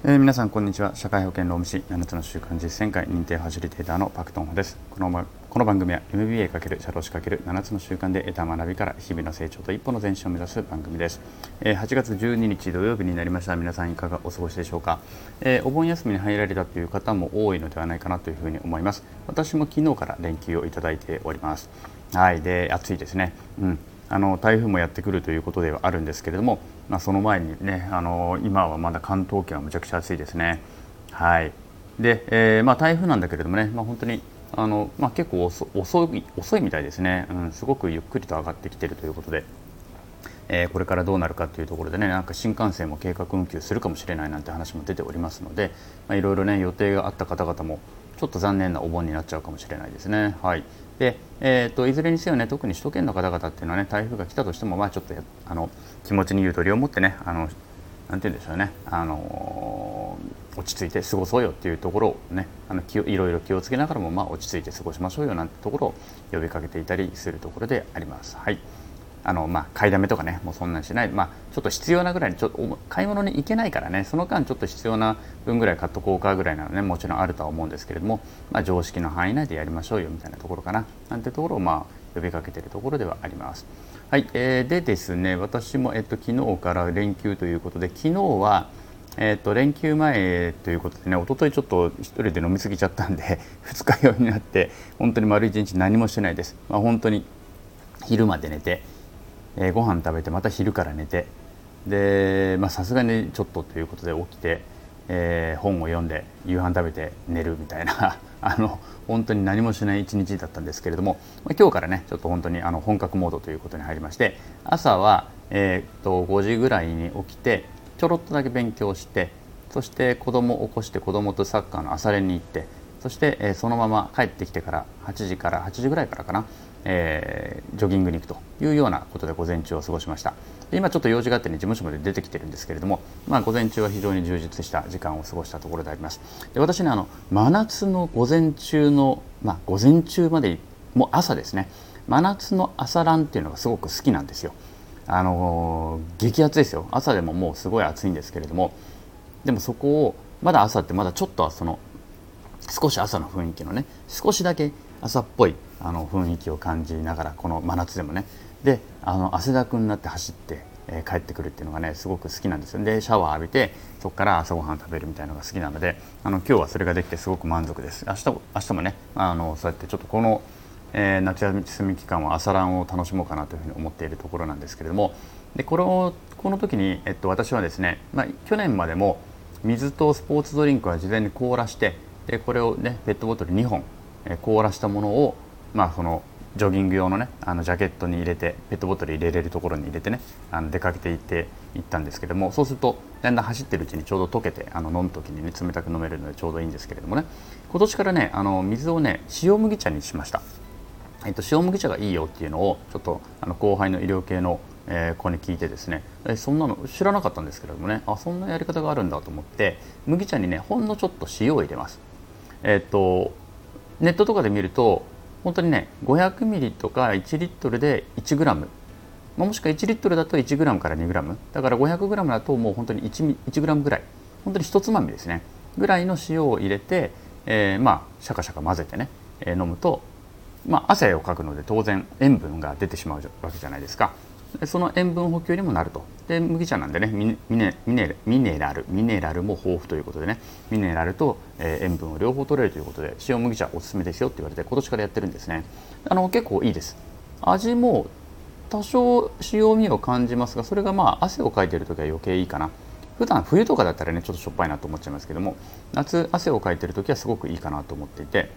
皆さんこんにちは。社会保険労務士7つの習慣実践会認定ファシリテーターのパクトンホです。この番組は MBA× 社労士 ×7 つの習慣で得た学びから日々の成長と一歩の前進を目指す番組です。8月12日土曜日になりました。皆さんいかがお過ごしでしょうか。お盆休みに入られたという方も多いのではないかなというふうに思います。私も昨日から連休をいただいております。はい。で、暑いですね。台風もやってくるということではあるんですけれども、その前にね、今はまだ関東圏はむちゃくちゃ暑いですね。はい。で、台風なんだけれどもね、本当に結構遅いみたいですね。すごくゆっくりと上がってきているということで、これからどうなるかというところでね、なんか新幹線も計画運休するかもしれないなんて話も出ておりますので、いろいろね予定があった方々もちょっと残念なお盆になっちゃうかもしれないですね。はい。で、いずれにせよね、特に首都圏の方々っていうのはね、台風が来たとしてもちょっと気持ちにゆとりを持ってね、なんて言うんでしょうね、落ち着いて過ごそうよっていうところをね、いろいろ気をつけながらも落ち着いて過ごしましょうよなんてところを呼びかけていたりするところであります。はい。買いだめとかね、もうそんなんしない、ちょっと必要なぐらいにちょっと買い物に行けないからね、その間ちょっと必要な分ぐらい買っとこうかぐらいなのね、もちろんあるとは思うんですけれども、常識の範囲内でやりましょうよみたいなところかななんてところを呼びかけているところではあります。はい。でですね、私も昨日から連休ということで、昨日は連休前ということでね、一昨日ちょっと一人で飲み過ぎちゃったんで二日酔いになって本当に丸一日何もしてないです。本当に昼まで寝て、ご飯食べてまた昼から寝て、でさすがにちょっとということで起きて、本を読んで夕飯食べて寝るみたいな本当に何もしない一日だったんですけれども、今日からねちょっと本当に本格モードということに入りまして、朝は、5時ぐらいに起きてちょろっとだけ勉強して、そして子供を起こして子供とサッカーの朝練に行って、そして、そのまま帰ってきてから8時ぐらいからかな、ジョギングに行くというようなことで午前中を過ごしました。で今ちょっと用事があってね、事務所まで出てきてるんですけれども、午前中は非常に充実した時間を過ごしたところであります。で私ね、真夏の午前中の、午前中までもう朝ですね、真夏の朝ランっていうのがすごく好きなんですよ。激アツですよ。朝でももうすごい暑いんですけれども、でもそこをまだ朝ってまだちょっと少し朝の雰囲気のね、少しだけ朝っぽい雰囲気を感じながら、この真夏でもね、で汗だくになって走って、帰ってくるっていうのがねすごく好きなんですよ。でシャワー浴びてそこから朝ごはん食べるみたいなのが好きなので、今日はそれができてすごく満足です。明日もねそうやってちょっとこの、夏休み期間は朝ランを楽しもうかなというふうに思っているところなんですけれども、でこの時に、私はですね、去年までも水とスポーツドリンクは事前に凍らして、でこれをねペットボトル2本、凍らしたものをそのジョギング用のねジャケットに入れて、ペットボトル入れれるところに入れてね出かけていったんですけども、そうするとだんだん走ってるうちにちょうど溶けて飲む時にね冷たく飲めるのでちょうどいいんですけれどもね、今年からね水をね塩麦茶にしました。塩麦茶がいいよっていうのをちょっと後輩の医療系の子に聞いてですね、そんなの知らなかったんですけれどもね、そんなやり方があるんだと思って、麦茶にねほんのちょっと塩を入れます。ネットとかで見ると本当にね500ミリとか1リットルで1グラム、もしくは1リットルだと1グラムから2グラムだから500グラムだともう本当に 1グラムぐらい、本当に一つまみですねぐらいの塩を入れて、シャカシャカ混ぜてね、飲むと、汗をかくので当然塩分が出てしまうわけじゃないですか。その塩分補給にもなると。で麦茶なんでねミネラルも豊富ということでね、ミネラルと、塩分を両方取れるということで塩麦茶おすすめですよって言われて今年からやってるんですね。結構いいです。味も多少塩味を感じますが、それが汗をかいている時は余計いいかな。普段冬とかだったらねちょっとしょっぱいなと思っちゃいますけども、夏汗をかいている時はすごくいいかなと思っていて、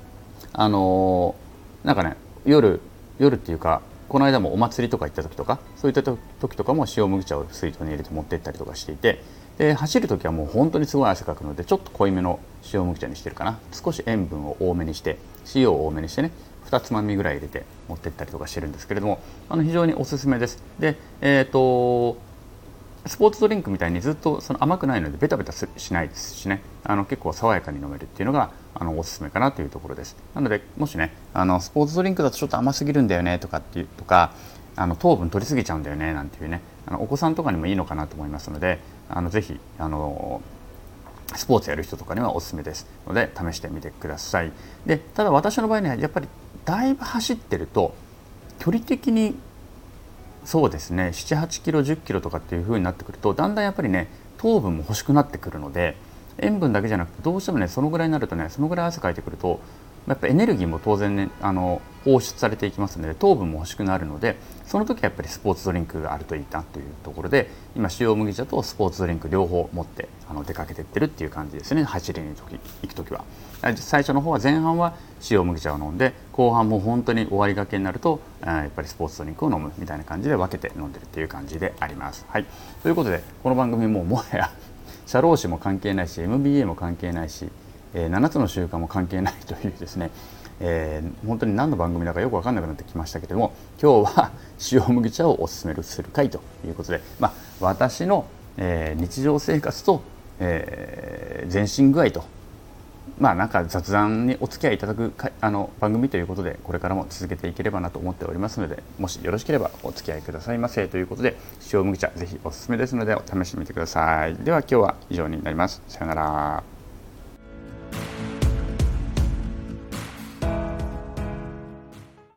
なんかね夜っていうか、この間もお祭りとか行った時とか、そういった時とかも塩麦茶を水筒に入れて持って行ったりとかしていて、で走る時はもう本当にすごい汗かくのでちょっと濃いめの塩麦茶にしてるかな。少し塩分を多めにして塩を多めにしてね2つまみぐらい入れて持って行ったりとかしてるんですけれども、非常におすすめです。でスポーツドリンクみたいにずっと甘くないのでベタベタしないですしね、結構爽やかに飲めるっていうのがおすすめかなというところです。なのでもしねスポーツドリンクだとちょっと甘すぎるんだよねとか糖分取りすぎちゃうんだよねなんていうね、お子さんとかにもいいのかなと思いますので、ぜひスポーツやる人とかにはおすすめですので試してみてください。でただ私の場合ねやっぱりだいぶ走ってると距離的にそうですね78キロ10キロとかっていう風になってくるとだんだんやっぱりね糖分も欲しくなってくるので塩分だけじゃなくてどうしてもねそのぐらいになるとねそのぐらい汗かいてくるとやっぱエネルギーも当然ね放出されていきますので糖分も欲しくなるのでその時はやっぱりスポーツドリンクがあるといいなというところで今塩麦茶とスポーツドリンク両方持って出かけていってるっていう感じですね。走りに行く時は最初の方は前半は塩麦茶を飲んで後半も本当に終わりがけになるとやっぱりスポーツドリンクを飲むみたいな感じで分けて飲んでるっていう感じであります。はい、ということでこの番組もはや社労士も関係ないし MBA も関係ないし、7つの習慣も関係ないというですね、本当に何の番組だかよく分かんなくなってきましたけれども今日は塩麦茶をおすすめする回ということで、私の、日常生活と、前進具合となんか雑談にお付き合いいただく番組ということでこれからも続けていければなと思っておりますのでもしよろしければお付き合いくださいませということで塩麦茶ぜひおすすめですのでお試してみてください。では今日は以上になります。さようなら。